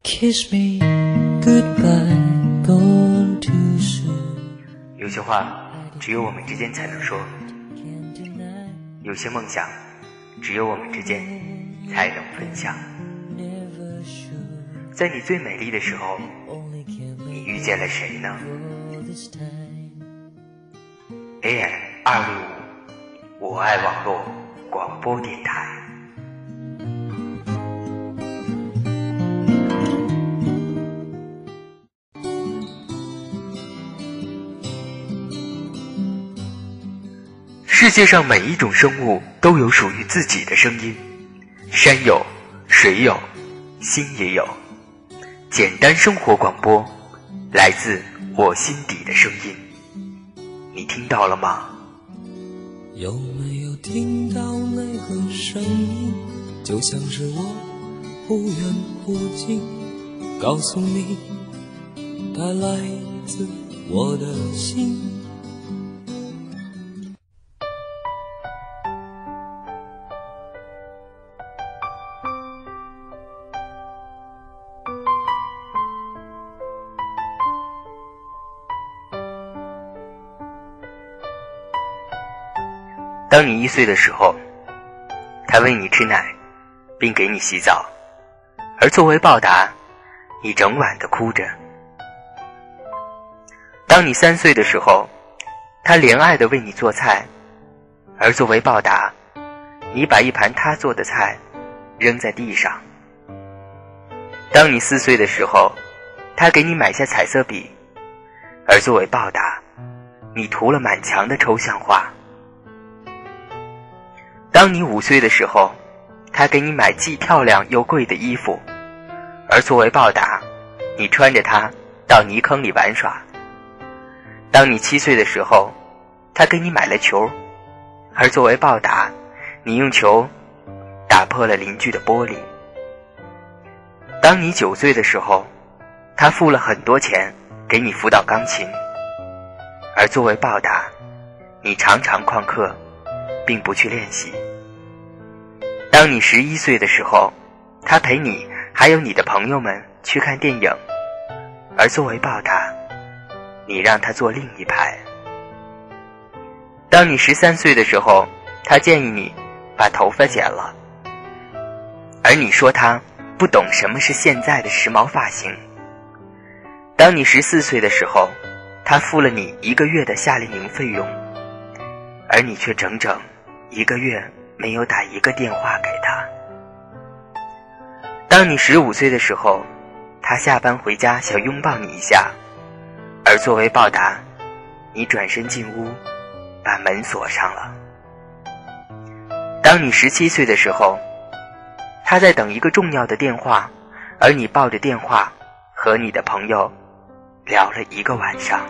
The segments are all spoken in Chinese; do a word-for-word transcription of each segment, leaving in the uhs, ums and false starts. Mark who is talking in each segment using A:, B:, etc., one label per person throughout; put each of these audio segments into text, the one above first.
A: Kiss me goodbye, gone too soon.
B: 有些话只有我们之间才能说，有些梦想只有我们之间才能分享。在你最美丽的时候，你遇见了谁呢？ A M 二六五，我爱网络广播电台。世界上每一种生物都有属于自己的声音，山有，水有，心也有。简单生活广播，来自我心底的声音，你听到了吗？
A: 有没有听到那个声音，就像是我忽远忽近，告诉你它来自我的心。
B: 当你一岁的时候，他喂你吃奶，并给你洗澡，而作为报答，你整晚的哭着。当你三岁的时候，他怜爱地为你做菜，而作为报答，你把一盘他做的菜扔在地上。当你四岁的时候，他给你买下彩色笔，而作为报答，你涂了满墙的抽象画。当你五岁的时候，他给你买既漂亮又贵的衣服，而作为报答，你穿着它到泥坑里玩耍。当你七岁的时候，他给你买了球，而作为报答，你用球打破了邻居的玻璃。当你九岁的时候，他付了很多钱给你辅导钢琴，而作为报答，你常常旷课并不去练习。当你十一岁的时候，他陪你还有你的朋友们去看电影，而作为报答，你让他坐另一排。当你十三岁的时候，他建议你把头发剪了，而你说他不懂什么是现在的时髦发型。当你十四岁的时候，他付了你一个月的夏令营费用，而你却整整一个月没有打一个电话给他。当你十五岁的时候，他下班回家想拥抱你一下，而作为报答，你转身进屋，把门锁上了。当你十七岁的时候，他在等一个重要的电话，而你抱着电话和你的朋友聊了一个晚上。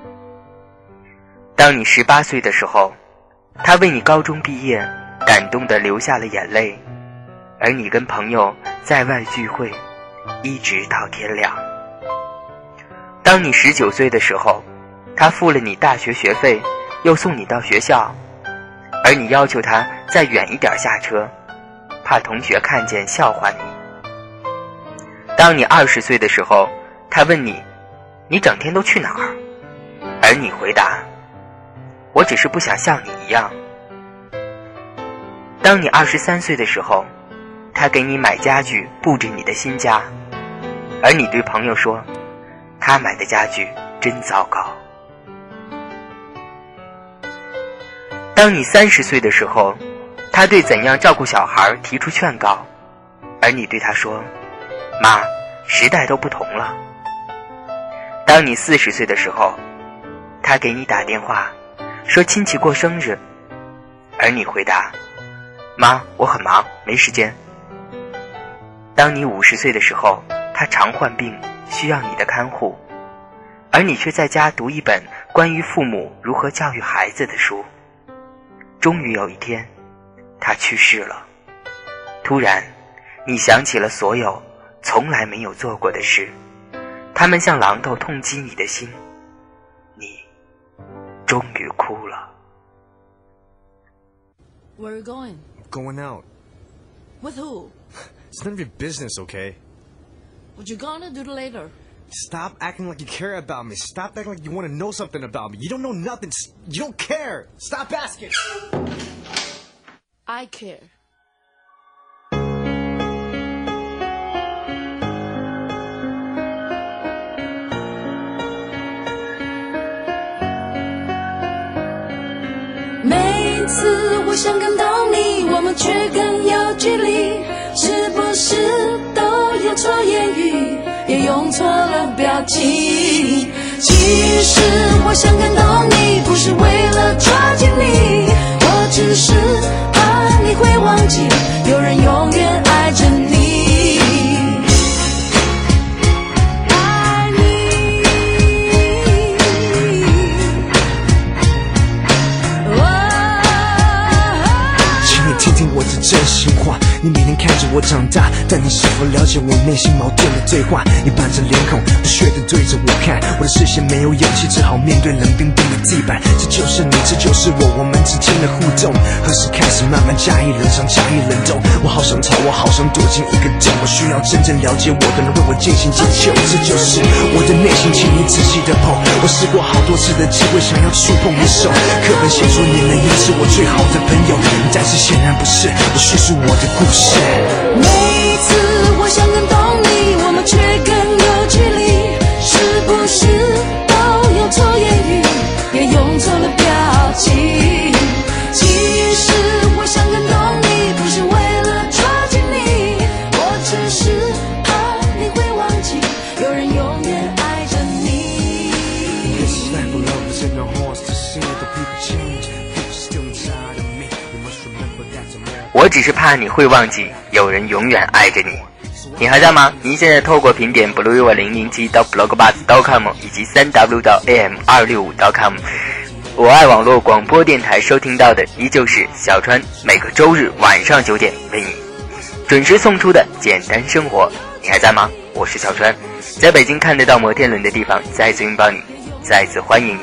B: 当你十八岁的时候，他为你高中毕业感动地流下了眼泪，而你跟朋友在外聚会，一直到天亮。当你十九岁的时候，他付了你大学学费，又送你到学校，而你要求他再远一点下车，怕同学看见笑话你。当你二十岁的时候，他问你，你整天都去哪儿？而你回答，我只是不想像你一样。当你二十三岁的时候，他给你买家具布置你的新家，而你对朋友说，他买的家具真糟糕。当你三十岁的时候，他对怎样照顾小孩提出劝告，而你对他说，妈，时代都不同了。当你四十岁的时候，他给你打电话说亲戚过生日，而你回答，妈，我很忙，没时间。当你五十岁的时候，他常患病，需要你的看护，而你却在家读一本关于父母如何教育孩子的书。终于有一天，他去世了。突然，你想起了所有从来没有做过的事，他们像榔头痛击你的心，你终于哭了。
C: Where are you going?
D: Going out.
C: With who?
D: It's none of your business, okay?
C: What you gonna do later?
D: Stop acting like you care about me. Stop acting like you want to know something about me. You don't know nothing. You don't care. Stop asking.
C: I care. 每次我想感动你，我们却更有距离，是不是都用错言语，也用错了表情？其实我想感动你，不是为了抓紧你，我只是怕你会忘记，有人永远爱着你。
D: 我的真心话，你每天看着我长大，但你是否了解我内心矛盾的对话？你板着脸孔，不屑地对着我看，我的视线没有勇气，只好面对冷冰冰的地板。这就是你，这就是我，我们之间的互动，何时开始慢慢加以冷藏，加以冷冻？我好想逃，我好想躲进一个洞，我需要真正了解我的人为我进行解救。这就是我的内心，请你仔细的碰。我试过好多次的机会，想要触碰你手，课本写出你们应是我最好的朋友，但是显然不是。我叙述我的故事。
C: 每一次我想感动你，我们却更有距离，是不是都用错言语，也用错了表情？其实我想感动你，不是为了抓紧你，我只是怕你会忘记，有人永远爱着你。
B: 我只是怕你会忘记，有人永远爱着你。你还在吗？您现在透过评点 blue 一零零七到 blogbox 点 com 以及 三 w 到 a m 二六五 点 com 我爱网络广播电台收听到的依旧是小川每个周日晚上九点为你准时送出的简单生活。你还在吗？我是小川，在北京看得到摩天轮的地方再次拥抱你，再次欢迎你。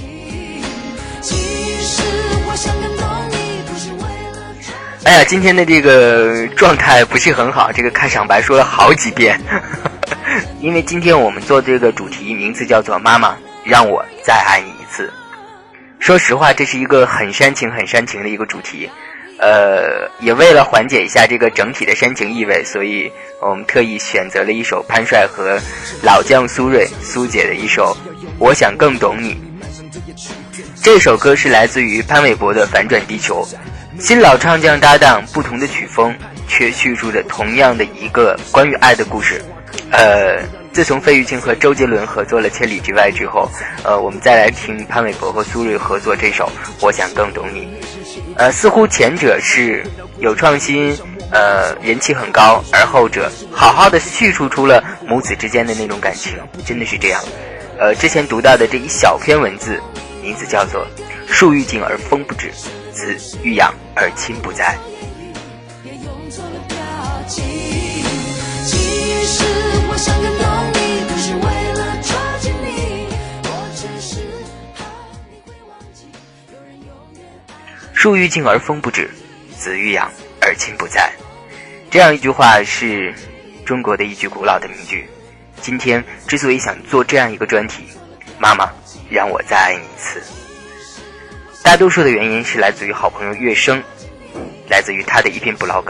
B: 哎呀，今天的这个状态不是很好，这个开场白说了好几遍因为今天我们做这个主题名字叫做妈妈让我再爱你一次。说实话，这是一个很煽情很煽情的一个主题，呃，也为了缓解一下这个整体的煽情意味，所以我们特意选择了一首潘帅和老将苏芮苏姐的一首我想更懂你。这首歌是来自于潘玮柏的反转地球，新老唱将搭档，不同的曲风，却叙述着同样的一个关于爱的故事。呃，自从费玉清和周杰伦合作了《千里之外》之后，呃，我们再来听潘玮柏和苏芮合作这首《我想更懂你》。呃，似乎前者是有创新，呃，人气很高，而后者好好的叙述出了母子之间的那种感情，真的是这样。呃，之前读到的这一小篇文字，名字叫做“树欲静而风不止，子欲养而亲不在”。树欲静而风不止，子欲养而亲不在。这样一句话是中国的一句古老的名句。今天之所以想做这样一个专题，妈妈让我再爱你一次，大多数的原因是来自于好朋友乐生，来自于他的一篇 blog，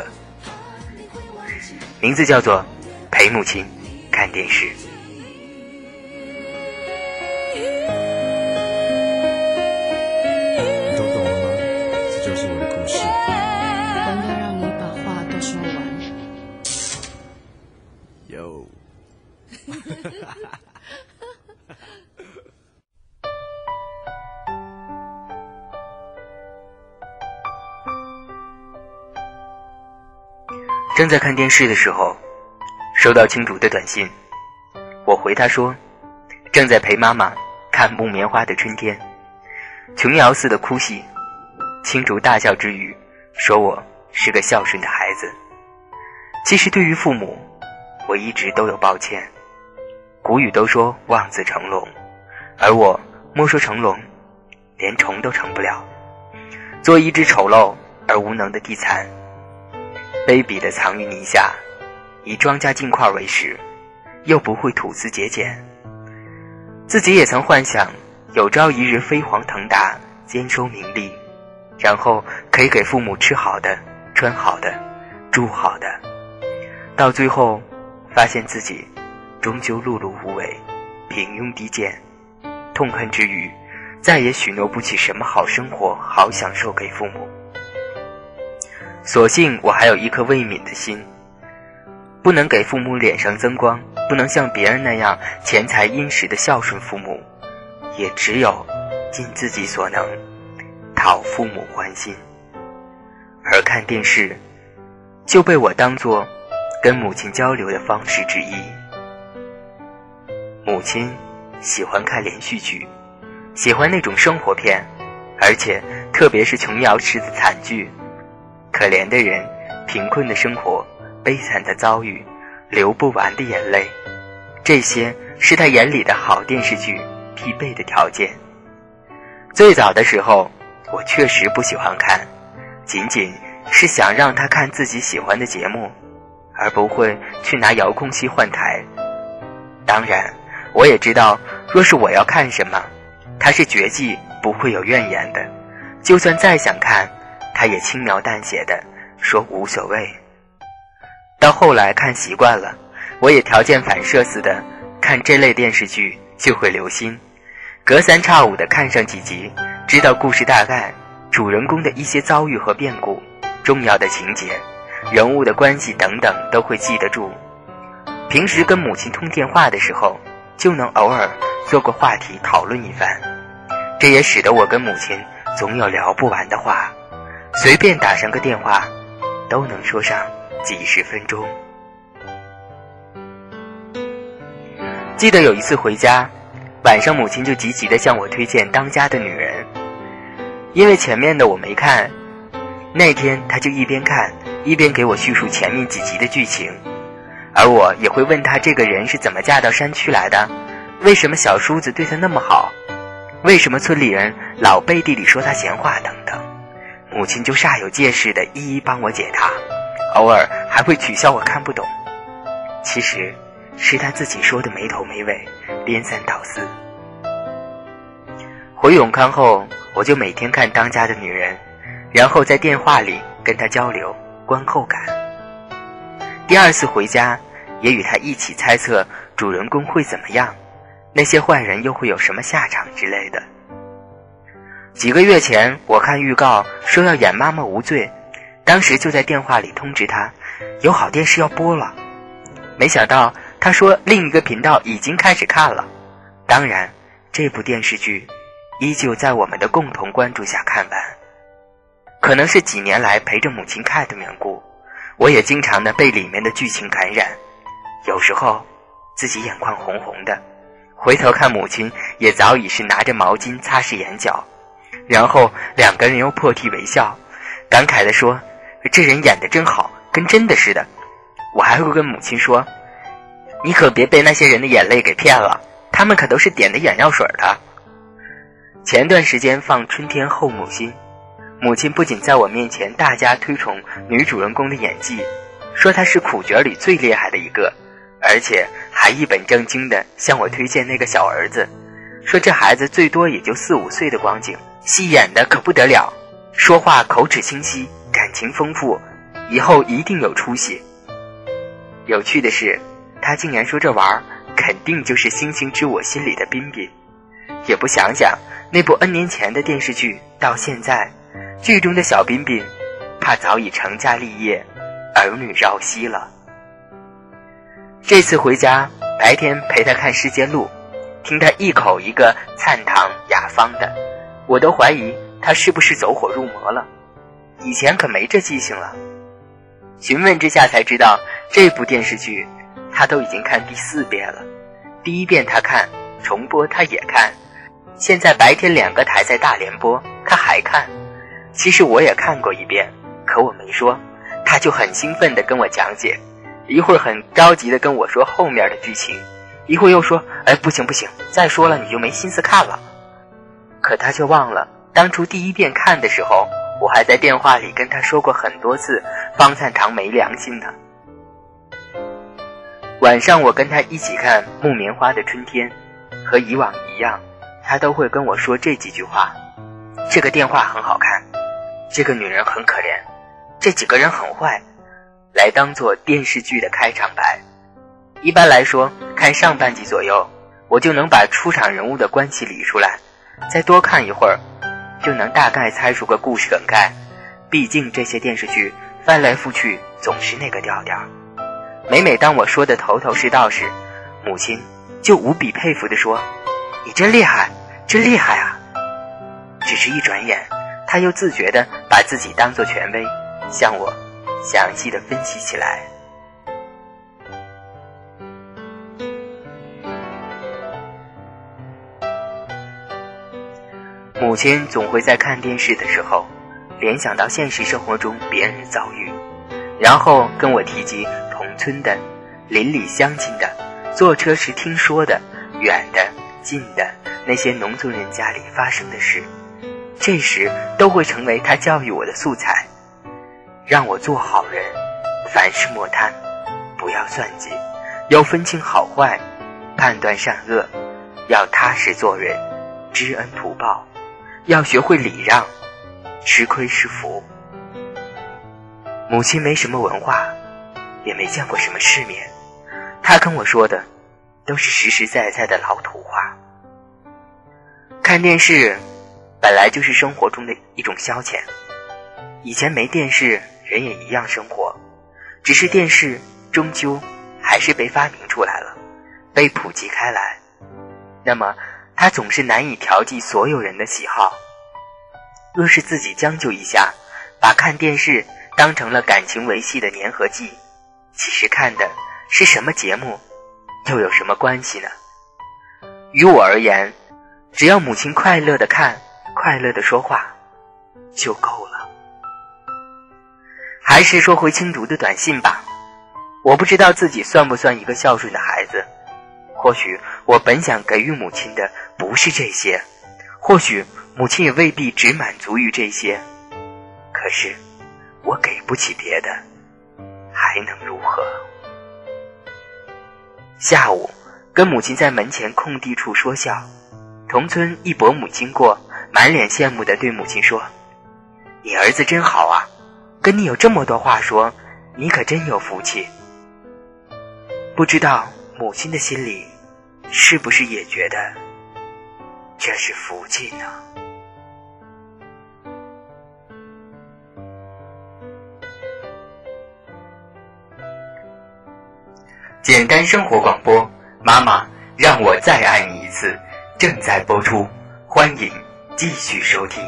B: 名字叫做陪母亲看电视。
D: 你都懂了吗？这就是我的故事。
C: 我应该让你把话都说完。
D: 有
B: 正在看电视的时候，收到青竹的短信，我回他说，正在陪妈妈看木棉花的春天，琼瑶似的哭戏。青竹大笑之余，说我是个孝顺的孩子。其实对于父母，我一直都有抱歉。古语都说望子成龙，而我莫说成龙，连虫都成不了。做一只丑陋而无能的地蚕，卑鄙地藏于泥下，以庄稼净块为食， 又不会吐丝节俭。自己也曾幻想有朝一日飞黄腾达，兼收名利，然后可以给父母吃好的，穿好的，住好的。到最后发现自己终究碌碌无为，平庸低贱，痛恨之余再也许诺不起什么好生活好享受给父母。所幸我还有一颗未泯的心，不能给父母脸上增光，不能像别人那样钱财殷实的孝顺父母，也只有尽自己所能讨父母欢心。而看电视就被我当作跟母亲交流的方式之一。母亲喜欢看连续剧，喜欢那种生活片，而且特别是琼瑶式的惨剧，可怜的人，贫困的生活，悲惨的遭遇，流不完的眼泪，这些是他眼里的好电视剧必备的条件。最早的时候我确实不喜欢看，仅仅是想让他看自己喜欢的节目，而不会去拿遥控器换台。当然我也知道，若是我要看什么，他是绝技不会有怨言的，就算再想看，他也轻描淡写的说无所谓。到后来看习惯了，我也条件反射似的看这类电视剧就会留心，隔三差五的看上几集，知道故事大概，主人公的一些遭遇和变故，重要的情节，人物的关系等等都会记得住。平时跟母亲通电话的时候，就能偶尔做个话题讨论一番，这也使得我跟母亲总有聊不完的话，随便打上个电话都能说上几十分钟。记得有一次回家，晚上母亲就急急地向我推荐《当家的女人》，因为前面的我没看，那天她就一边看一边给我叙述前面几集的剧情，而我也会问她这个人是怎么嫁到山区来的，为什么小叔子对她那么好，为什么村里人老背地里说她闲话等等，母亲就煞有介事地一一帮我解答，偶尔还会取笑我看不懂，其实是她自己说的没头没尾，颠三倒四。回永康后，我就每天看《当家的女人》，然后在电话里跟她交流观后感。第二次回家，也与她一起猜测主人公会怎么样，那些坏人又会有什么下场之类的。几个月前我看预告说要演妈妈无罪，当时就在电话里通知她有好电视要播了，没想到她说另一个频道已经开始看了。当然这部电视剧依旧在我们的共同关注下看完。可能是几年来陪着母亲看的缘故，我也经常的被里面的剧情感染，有时候自己眼眶红红的，回头看母亲也早已是拿着毛巾擦拭眼角，然后两个人又破涕为笑，感慨地说这人演得真好，跟真的似的。我还会跟母亲说，你可别被那些人的眼泪给骗了，他们可都是点的眼药水的。前段时间放春天后母心，母亲不仅在我面前大加推崇女主人公的演技，说她是苦角里最厉害的一个，而且还一本正经地向我推荐那个小儿子，说这孩子最多也就四五岁的光景，戏演的可不得了，说话口齿清晰，感情丰富，以后一定有出息。有趣的是，他竟然说这玩意儿肯定就是星星知我心里的彬彬，也不想想那部 N 年前的电视剧到现在，剧中的小彬彬怕早已成家立业，儿女绕膝了。这次回家，白天陪他看《世界录》，听他一口一个灿唐雅芳的，我都怀疑他是不是走火入魔了，以前可没这记性了。询问之下才知道，这部电视剧他都已经看第四遍了，第一遍他看，重播他也看，现在白天两个台在大联播，他还看。其实我也看过一遍，可我没说，他就很兴奋地跟我讲解，一会儿很着急地跟我说后面的剧情，一会儿又说哎，不行不行，再说了你就没心思看了。可他却忘了当初第一遍看的时候，我还在电话里跟他说过很多次方灿堂没良心呢。 晚上我跟他一起看木棉花的春天，和以往一样，他都会跟我说这几句话：这个电话很好看，这个女人很可怜，这几个人很坏，来当做电视剧的开场白。一般来说，看上半集左右，我就能把出场人物的关系理出来，再多看一会儿，就能大概猜出个故事梗概。毕竟这些电视剧翻来覆去总是那个调调。每每当我说的头头是道时，母亲就无比佩服地说：你真厉害，真厉害啊！只是一转眼，她又自觉地把自己当作权威，向我详细地分析起来。母亲总会在看电视的时候联想到现实生活中别人的遭遇，然后跟我提及同村的、邻里乡亲的、坐车时听说的、远的、近的那些农村人家里发生的事，这时都会成为他教育我的素材，让我做好人，凡事莫贪，不要算计，要分清好坏，判断善恶，要踏实做人，知恩图报，要学会礼让，吃亏是福。母亲没什么文化，也没见过什么世面，她跟我说的都是实实在在的老土话。看电视本来就是生活中的一种消遣，以前没电视人也一样生活，只是电视终究还是被发明出来了，被普及开来，那么它总是难以调剂所有人的喜好。若是自己将就一下，把看电视当成了感情维系的粘合剂，其实看的是什么节目，又有什么关系呢？于我而言，只要母亲快乐地看，快乐地说话就够了。还是说回青竹的短信吧，我不知道自己算不算一个孝顺的孩子，或许我本想给予母亲的不是这些，或许母亲也未必只满足于这些，可是我给不起别的，还能如何？下午跟母亲在门前空地处说笑，同村一伯母经过，满脸羡慕地对母亲说：你儿子真好啊，跟你有这么多话说，你可真有福气。不知道母亲的心里是不是也觉得这是福气呢？简单生活广播，妈妈让我再爱你一次，正在播出，欢迎继续收听。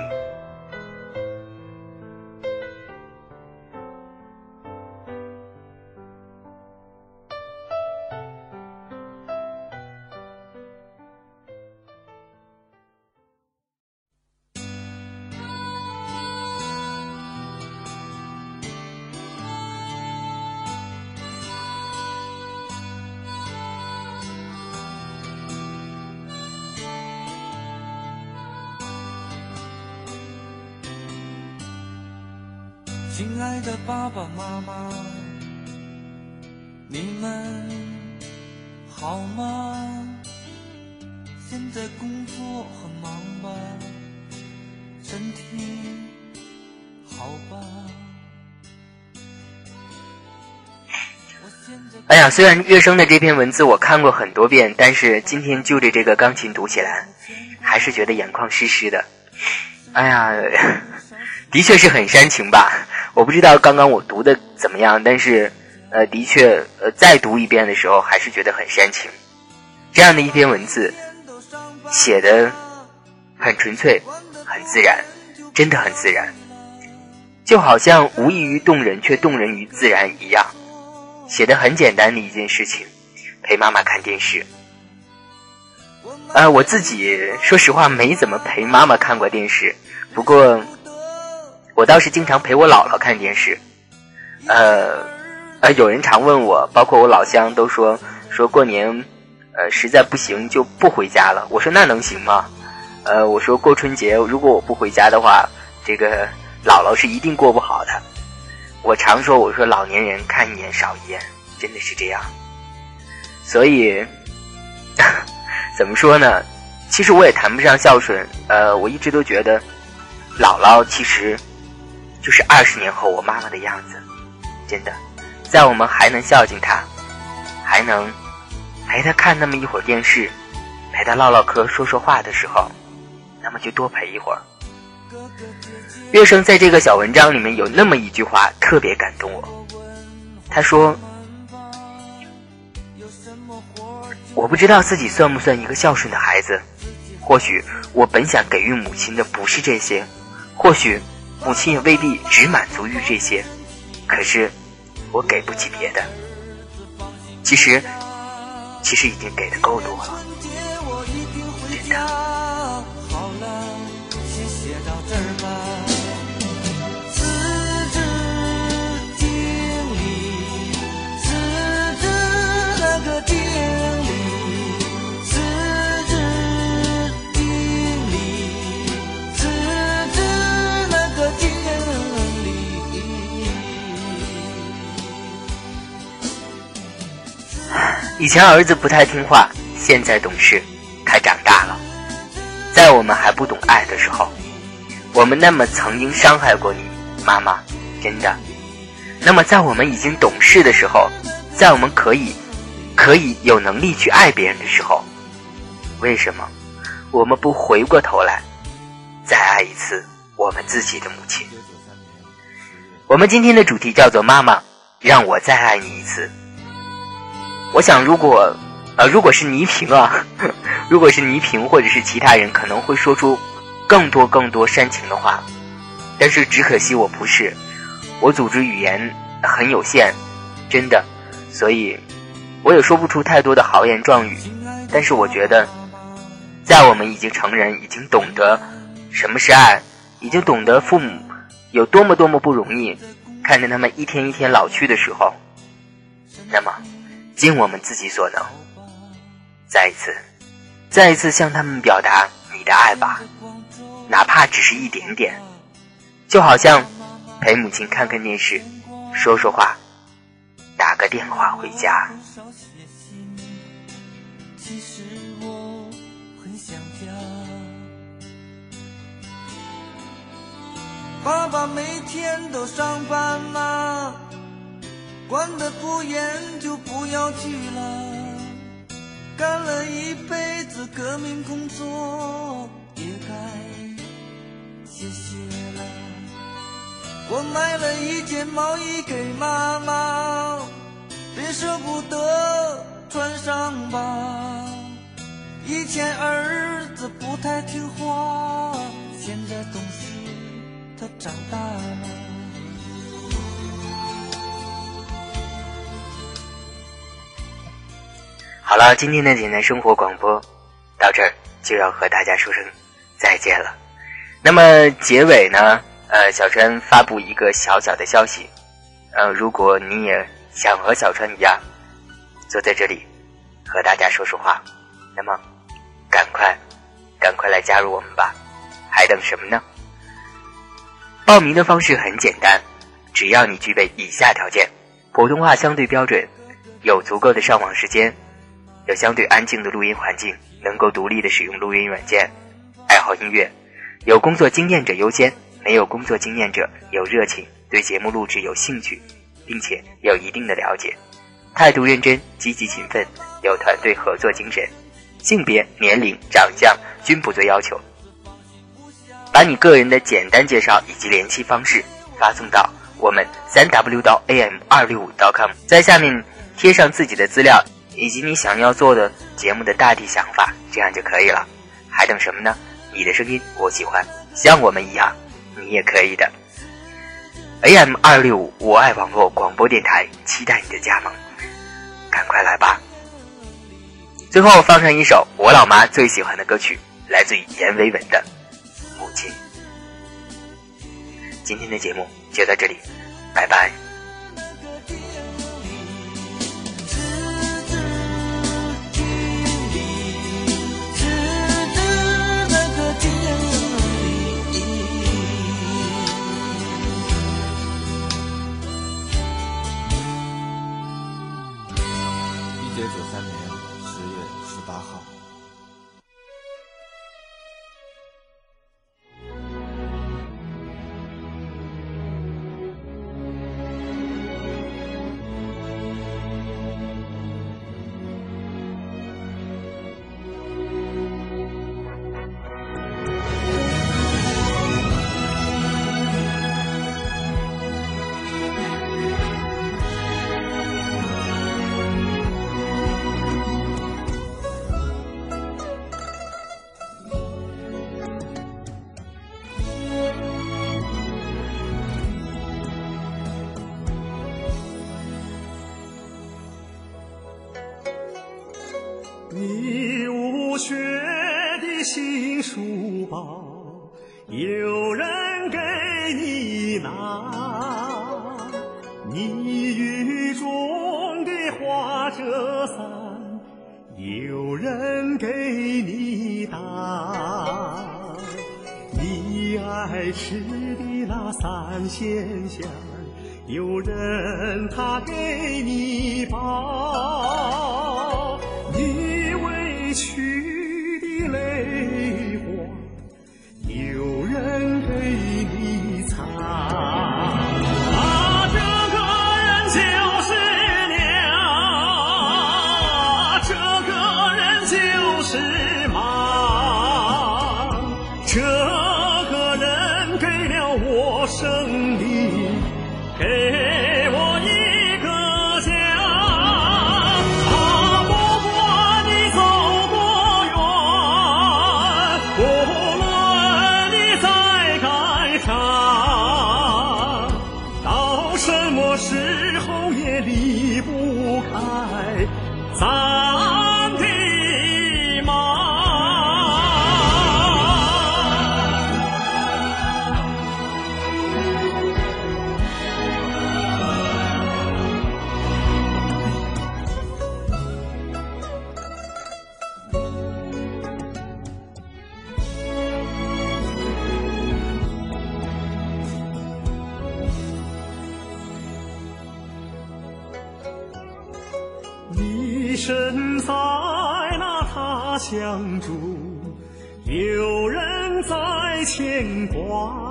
A: 亲爱的爸爸妈妈，你们好吗？现在工作很忙吧？身体好吧？
B: 哎呀，虽然乐生的这篇文字我看过很多遍，但是今天就着这个钢琴读起来，还是觉得眼眶湿湿的。哎呀，的确是很煽情吧。我不知道刚刚我读的怎么样，但是呃，的确呃，再读一遍的时候还是觉得很煽情。这样的一篇文字写得很纯粹，很自然，真的很自然，就好像无异于动人却动人于自然一样。写得很简单的一件事情，陪妈妈看电视。呃，我自己说实话没怎么陪妈妈看过电视，不过我倒是经常陪我姥姥看电视。呃呃，有人常问我，包括我老乡都说说过年呃实在不行就不回家了。我说那能行吗？呃我说过春节如果我不回家的话，这个姥姥是一定过不好的。我常说我说老年人看一眼少一眼，真的是这样。 所以怎么说呢，其实我也谈不上孝顺，呃，我一直都觉得姥姥其实就是二十年后我妈妈的样子，真的，在我们还能孝敬她，还能陪她看那么一会儿电视，陪她唠唠嗑说说话的时候，那么就多陪一会儿。乐生在这个小文章里面有那么一句话特别感动我，他说，我不知道自己算不算一个孝顺的孩子，或许我本想给予母亲的不是这些，或许母亲也未必只满足于这些，可是我给不起别的，其实其实已经给的够多了，真的。
C: 好了，先写到这儿吧。辞职经理，辞职那个经理，辞职经理，辞职那个经理。
B: 以前儿子不太听话，现在懂事，他长大了。在我们还不懂爱的时候，我们那么曾经伤害过你，妈妈，真的。那么在我们已经懂事的时候，在我们可以可以有能力去爱别人的时候，为什么我们不回过头来再爱一次我们自己的母亲？我们今天的主题叫做妈妈，让我再爱你一次。我想如果呃，如果是倪萍啊，如果是倪萍或者是其他人，可能会说出更多更多煽情的话，但是只可惜我不是，我组织语言很有限，真的，所以我也说不出太多的豪言壮语。但是我觉得，在我们已经成人，已经懂得什么是爱，已经懂得父母有多么多么不容易，看着他们一天一天老去的时候，那么尽我们自己所能，再一次再一次向他们表达你的爱吧，哪怕只是一点点，就好像陪母亲看看电视，说说话，打个电话回家。
C: 其实我很想家，爸爸每天都上班吗？管得不严就不要去了，干了一辈子革命工作，也该谢谢了。我买了一件毛衣给妈妈，别舍不得穿上吧。以前儿子不太听话，现在懂事，他长大了。
B: 好了，今天的简单生活广播到这儿就要和大家说声再见了。那么结尾呢，呃，小川发布一个小小的消息，呃，如果你也想和小川一样坐在这里和大家说说话，那么赶快赶快来加入我们吧，还等什么呢？报名的方式很简单，只要你具备以下条件：普通话相对标准，有足够的上网时间，有相对安静的录音环境，能够独立的使用录音软件，爱好音乐，有工作经验者优先，没有工作经验者有热情，对节目录制有兴趣，并且有一定的了解，态度认真，积极勤奋，有团队合作精神，性别、年龄、长相均不做要求。把你个人的简单介绍以及联系方式发送到我们 三 w 到 a m 二六五 .com， 在下面贴上自己的资料以及你想要做的节目的大体想法，这样就可以了。还等什么呢？你的声音我喜欢，像我们一样你也可以的。 A M 二六五 我爱网络广播电台，期待你的加盟，赶快来吧。最后放上一首我老妈最喜欢的歌曲，来自于阎维文的母亲。今天的节目就到这里，拜拜。
C: 一九九三年
E: 你无学的新书包，有人给你拿，你雨中的花折伞，有人给你打，你爱吃的那三鲜馅，有人他给你包，你委屈的泪花，有人给你擦。啊，这个人就是娘，这个人就是妈，这个人给了我生命，给我一个家。啊，不管你走多远，无论你在干啥，到什么时候也离不开咱的妈。你身在那他乡住，有人在牵挂，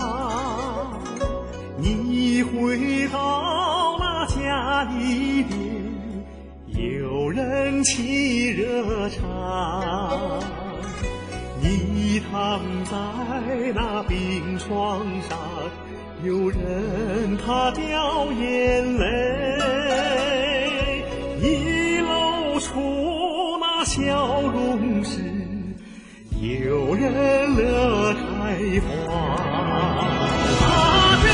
E: 你回到那家里边，有人沏热茶，你躺在那病床上，有人他掉眼泪，你露出那笑容时，有人乐开花。啊，这